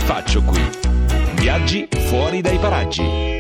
faccio qui? Viaggi fuori dai paraggi.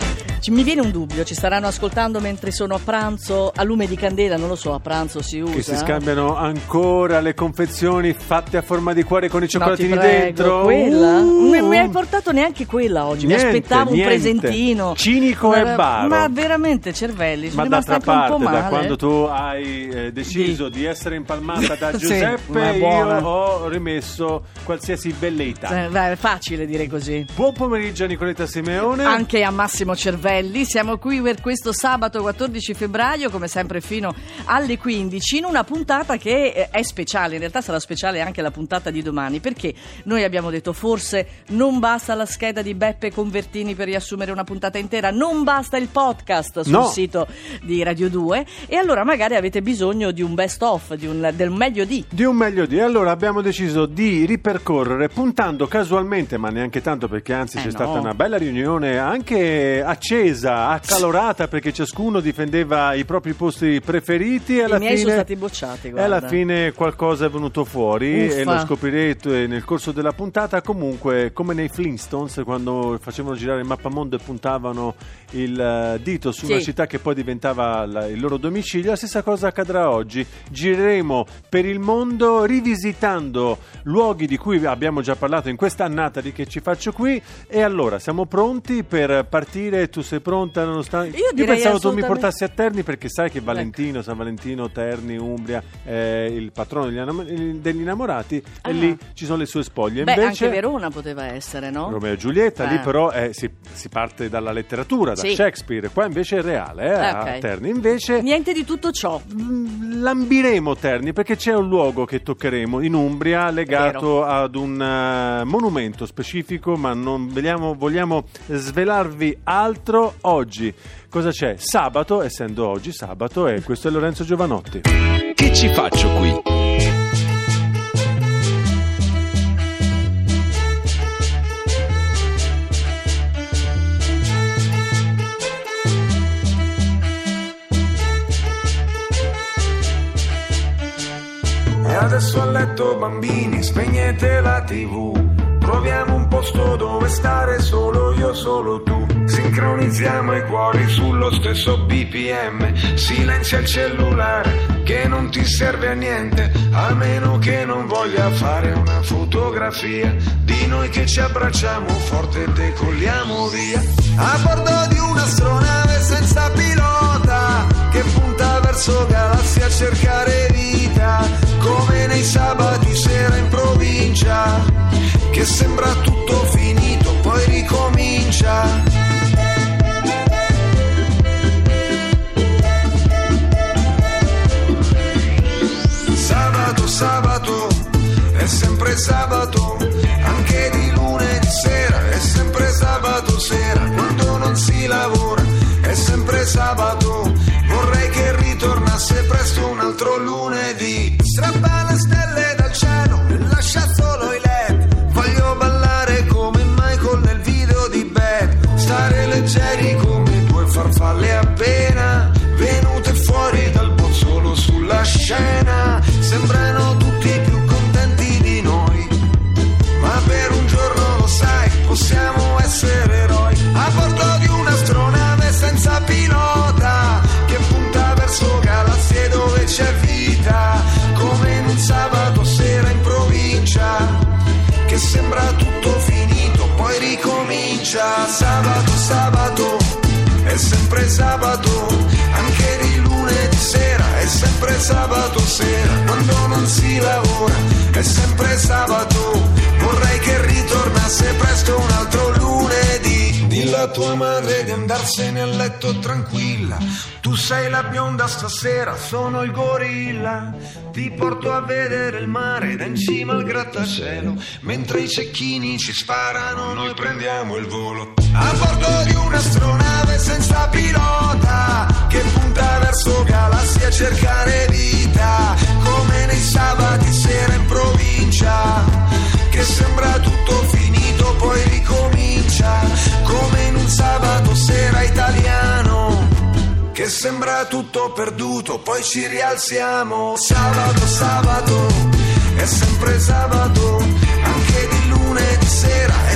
Mi viene un dubbio, ci staranno ascoltando mentre sono a pranzo a lume di candela, non lo so, a pranzo si usa. Che si scambiano ancora le confezioni fatte a forma di cuore con i cioccolatini no, ti prego, dentro. Quella? Non mi hai portato neanche quella oggi, niente, mi aspettavo un presentino. Cinico e baro. Ma veramente cervelli, sono ma rimasta d'altra anche un po' parte, male. da quando tu hai deciso di essere impalmata da Giuseppe, sì, io ho rimesso qualsiasi velleità. È facile dire così. Buon pomeriggio a Nicoletta Simeone. Anche a Massimo Cervelli. Siamo qui per questo sabato 14 febbraio, come sempre fino alle 15, in una puntata che è speciale. In realtà sarà speciale anche la puntata di domani, perché noi abbiamo detto forse non basta la scheda di Beppe Convertini per riassumere una puntata intera, non basta il podcast sul sito di Radio 2, e allora magari avete bisogno di un best of, del meglio di un meglio di. Allora abbiamo deciso di ripercorrere, puntando casualmente, ma neanche tanto, perché anzi c'è stata una bella riunione anche accesa, accalorata, perché ciascuno difendeva i propri posti preferiti, e alla miei fine sono stati bocciati, guarda. E alla fine qualcosa è venuto fuori. Uffa. E lo scoprirete nel corso della puntata. Comunque, come nei Flintstones, quando facevano girare il mappamondo e puntavano il dito su una città che poi diventava il loro domicilio, la stessa cosa accadrà oggi. Gireremo per il mondo rivisitando luoghi di cui abbiamo già parlato in questa annata di Che ci faccio qui. E allora siamo pronti per partire? Tu sei pronta? Io pensavo tu mi portassi a Terni, perché sai che Valentino, San Valentino, Terni, Umbria è il patrono degli innamorati, e lì ci sono le sue spoglie. Beh, invece anche Verona poteva essere, no? Romeo e Giulietta, lì però si parte dalla letteratura, da Shakespeare. Qua invece è reale, a Terni invece niente di tutto ciò. Lambiremo Terni, perché c'è un luogo che toccheremo in Umbria legato ad un monumento specifico, ma non vogliamo svelarvi altro oggi. Cosa c'è? Sabato, essendo oggi sabato, e questo è Lorenzo Giovanotti. Che ci faccio qui? E adesso a letto bambini, spegnete la TV. Troviamo un posto dove stare solo io, solo tu. Sincronizziamo i cuori sullo stesso BPM. Silenzia il cellulare che non ti serve a niente, a meno che non voglia fare una fotografia di noi che ci abbracciamo forte e decolliamo via. A bordo di un'astronave senza pilota che punta verso galassie a cercare vita, come nei sabati sera in provincia, che sembra tutto finito, poi ricomincia. Sabato, è sempre sabato, anche di lunedì sera, è sempre sabato sera, quando non si lavora, è sempre sabato, vorrei che ritornasse presto un altro lunedì. Strappa le stelle dal cielo e lascia solo i LED, voglio ballare come Michael nel video di Bad, stare leggeri come due farfalle appena venute fuori dal bozzolo sulla scena. Sembrano tutti più contenti di noi, ma per un giorno lo sai, possiamo essere eroi. A bordo di un'astronave senza pilota che punta verso galassie dove c'è vita, come in un sabato sera in provincia, che sembra tutto finito, poi ricomincia. Sabato, è sempre sabato, anche di lunedì sera, è sempre sabato sera, quando non si lavora, è sempre sabato, vorrei che ritornasse presto un altro lunedì. Dilla a tua madre di andarsene a letto tranquilla, tu sei la bionda stasera, sono il gorilla, ti porto a vedere il mare da in cima al grattacielo, mentre i cecchini ci sparano noi prendiamo il volo. A bordo di un'astronave senza pilota che punta verso galassie a cercare vita, come nei sabati sera in provincia, che sembra tutto finito poi ricomincia, come in un sabato sera italiano, che sembra tutto perduto poi ci rialziamo. Sabato, è sempre sabato, anche di lunedì sera,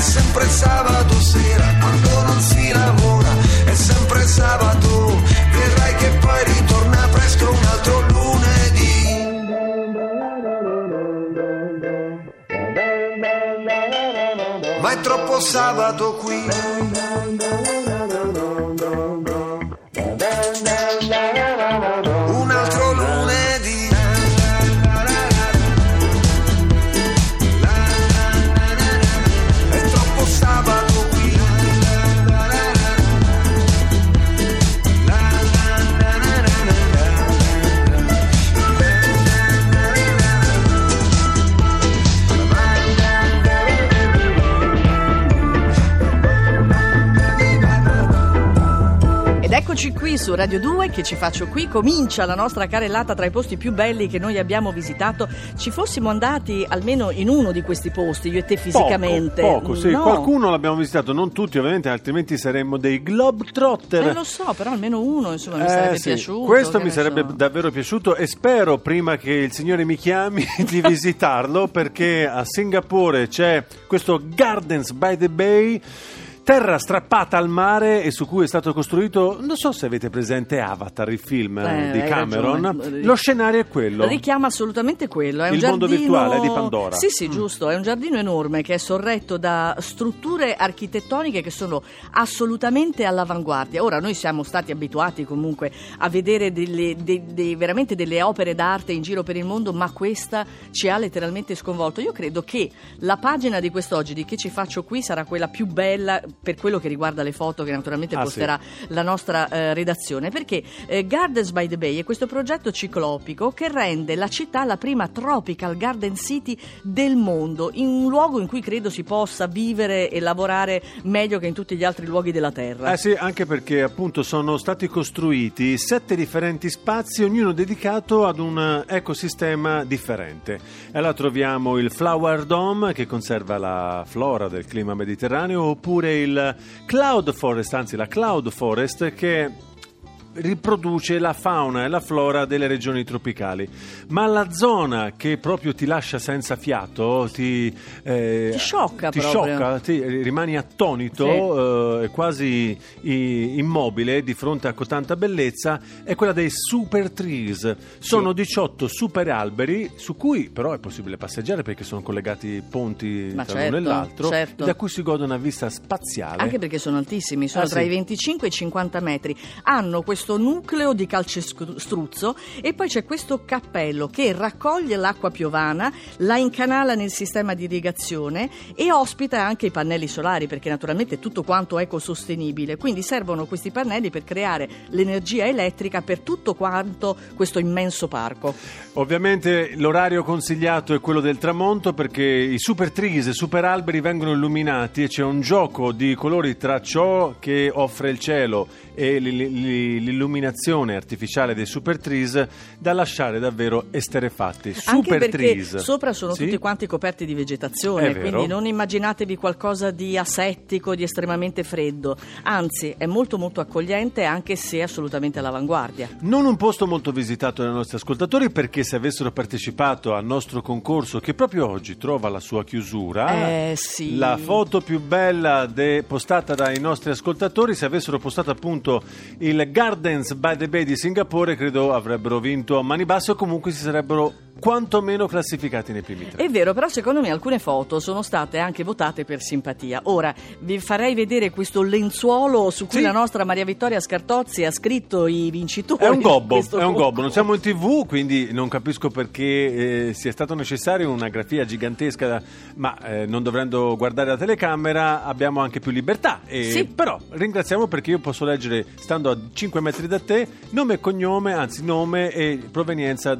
ma è troppo sabato qui. Un altro lunedì, è troppo sabato qui. Eccoci qui su Radio 2, che ci faccio qui, comincia la nostra carrellata tra i posti più belli che noi abbiamo visitato. Ci fossimo andati almeno in uno di questi posti, io e te fisicamente. Poco, sì, no. Qualcuno l'abbiamo visitato, non tutti ovviamente, altrimenti saremmo dei globetrotter. Lo so, però almeno uno, insomma, mi sarebbe piaciuto. Questo mi sarebbe davvero piaciuto e spero, prima che il Signore mi chiami, di visitarlo, perché a Singapore c'è questo Gardens by the Bay, terra strappata al mare e su cui è stato costruito, non so se avete presente Avatar, il film di Cameron. Ragione. Lo scenario è quello. Richiama assolutamente quello. È un il mondo giardino... virtuale di Pandora. Sì, giusto. È un giardino enorme che è sorretto da strutture architettoniche che sono assolutamente all'avanguardia. Ora, noi siamo stati abituati comunque a vedere veramente delle opere d'arte in giro per il mondo, ma questa ci ha letteralmente sconvolto. Io credo che la pagina di quest'oggi, di Che ci faccio qui, sarà quella più bella per quello che riguarda le foto che naturalmente posterà la nostra redazione, perché Gardens by the Bay è questo progetto ciclopico che rende la città la prima tropical garden city del mondo, in un luogo in cui credo si possa vivere e lavorare meglio che in tutti gli altri luoghi della terra. Sì, anche perché appunto sono stati costruiti 7 differenti spazi, ognuno dedicato ad un ecosistema differente. E là troviamo il Flower Dome, che conserva la flora del clima mediterraneo, oppure il Cloud Forest, anzi la Cloud Forest, che riproduce la fauna e la flora delle regioni tropicali. Ma la zona che proprio ti lascia senza fiato, ti sciocca, rimani attonito, quasi immobile di fronte a tanta bellezza, è quella dei super trees. Sono 18 super alberi su cui però è possibile passeggiare perché sono collegati ponti tra l'uno e l'altro, da cui si gode una vista spaziale. Anche perché sono altissimi, sono tra i 25 e i 50 metri. Hanno questo nucleo di calcestruzzo e poi c'è questo cappello che raccoglie l'acqua piovana, la incanala nel sistema di irrigazione e ospita anche i pannelli solari, perché naturalmente tutto quanto è ecosostenibile, quindi servono questi pannelli per creare l'energia elettrica per tutto quanto questo immenso parco. Ovviamente l'orario consigliato è quello del tramonto, perché i super trees, i super alberi vengono illuminati e c'è un gioco di colori tra ciò che offre il cielo e l'illuminazione artificiale dei super trees da lasciare davvero esterrefatti. Anche perché trees sopra sono tutti quanti coperti di vegetazione, quindi non immaginatevi qualcosa di asettico, di estremamente freddo, anzi è molto molto accogliente, anche se assolutamente all'avanguardia. Non un posto molto visitato dai nostri ascoltatori, perché se avessero partecipato al nostro concorso, che proprio oggi trova la sua chiusura, la foto più bella postata dai nostri ascoltatori, se avessero postato appunto il Gardens by the Bay di Singapore, credo avrebbero vinto a mani basse o comunque si sarebbero quantomeno classificati nei primi 3. È vero, però secondo me alcune foto sono state anche votate per simpatia. Ora vi farei vedere questo lenzuolo su cui la nostra Maria Vittoria Scartozzi ha scritto i vincitori. È un gobbo, non siamo in TV, quindi non capisco perché sia stato necessario una grafia gigantesca, ma non dovendo guardare la telecamera abbiamo anche più libertà. Però ringraziamo, perché io posso leggere, stando a 5 metri da te, nome e cognome, anzi nome e provenienza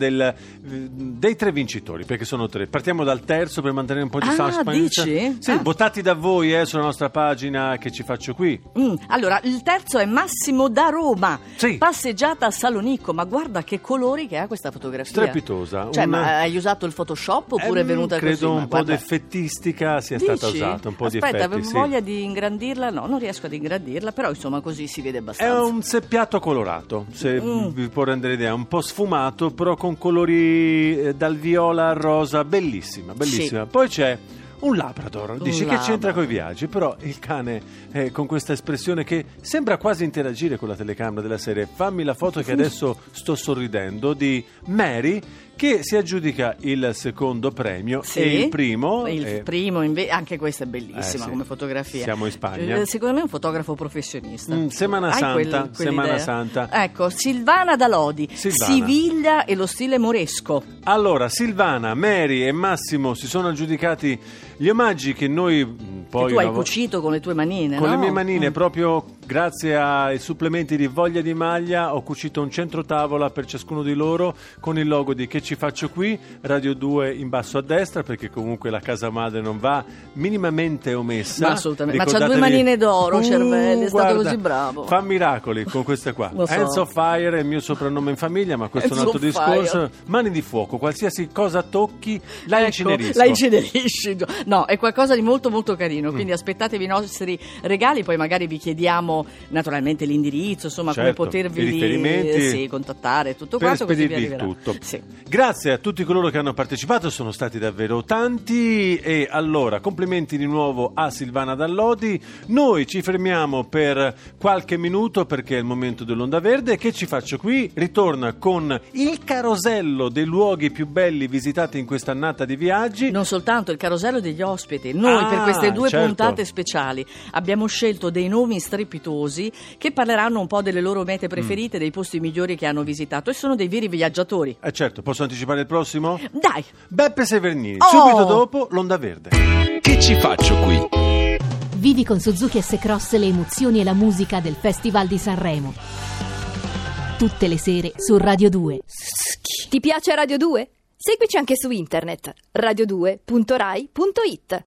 dei 3 vincitori, perché sono 3. Partiamo dal terzo per mantenere un po' di suspense. Dici? Sì, votati da voi sulla nostra pagina Che ci faccio qui. Allora, il terzo è Massimo da Roma. Sì. Passeggiata a Salonicco, ma guarda che colori che ha questa fotografia. Strepitosa. Cioè, ma hai usato il Photoshop oppure è venuta così? Credo un po' di effettistica sia stata usata, un po' di effetti. Aspetta, avevo voglia di ingrandirla? No, non riesco ad ingrandirla, però insomma così si vede abbastanza. È un seppiato colorato, se vi può rendere idea, un po' sfumato, però con colori dal viola al rosa, bellissima. Poi c'è un Labrador, dici che c'entra coi viaggi, però il cane con questa espressione che sembra quasi interagire con la telecamera della serie "fammi la foto che adesso sto sorridendo", di Mary, che si aggiudica il secondo premio Sì, e il primo... primo anche questa è bellissima sì. come fotografia. Siamo in Spagna. Secondo me è un fotografo professionista. Semana Hai Santa, Semana quell'idea? Santa. Ecco, Silvana da Lodi, Silvana. Siviglia e lo stile moresco. Allora, Silvana, Mary e Massimo si sono aggiudicati gli omaggi che noi poi... Che tu hai cucito con le tue manine, con no? le mie manine, proprio grazie ai supplementi di Voglia di Maglia, ho cucito un centrotavola per ciascuno di loro con il logo di Che ci faccio qui, Radio 2 in basso a destra, perché comunque la casa madre non va minimamente omessa. Ma assolutamente, ma c'ha Ricordatevi- 2 manine d'oro, Cervelli, è stato guarda, così bravo. Fa miracoli con queste qua. Lo so. Enzo Fire è il mio soprannome in famiglia, ma questo è un Enzo altro discorso. Fire. Mani di fuoco, qualsiasi cosa tocchi la incenerisco. La incenerisci. No, è qualcosa di molto molto carino, quindi aspettatevi i nostri regali, poi magari vi chiediamo naturalmente l'indirizzo, insomma, Certo, come potervi i riferimenti sì, contattare, tutto per quanto, così vi spedirvi arriverà. tutto. Sì. Grazie a tutti coloro che hanno partecipato, sono stati davvero tanti, e allora complimenti di nuovo a Silvana Dall'Odi. Noi ci fermiamo per qualche minuto perché è il momento dell'Onda Verde. Che ci faccio qui ritorna con il carosello dei luoghi più belli visitati in quest'annata di viaggi. Non soltanto il carosello degli ospiti, noi per queste 2 certo. puntate speciali abbiamo scelto dei nomi strepitosi che parleranno un po' delle loro mete preferite, dei posti migliori che hanno visitato, e sono dei veri viaggiatori. Certo, posso anticipare il prossimo? Dai! Beppe Severnini, Oh! subito dopo l'Onda Verde. Che ci faccio qui? Vivi con Suzuki S-Cross le emozioni e la musica del Festival di Sanremo. Tutte le sere su Radio 2. Ti piace Radio 2? Seguici anche su internet radio2.rai.it.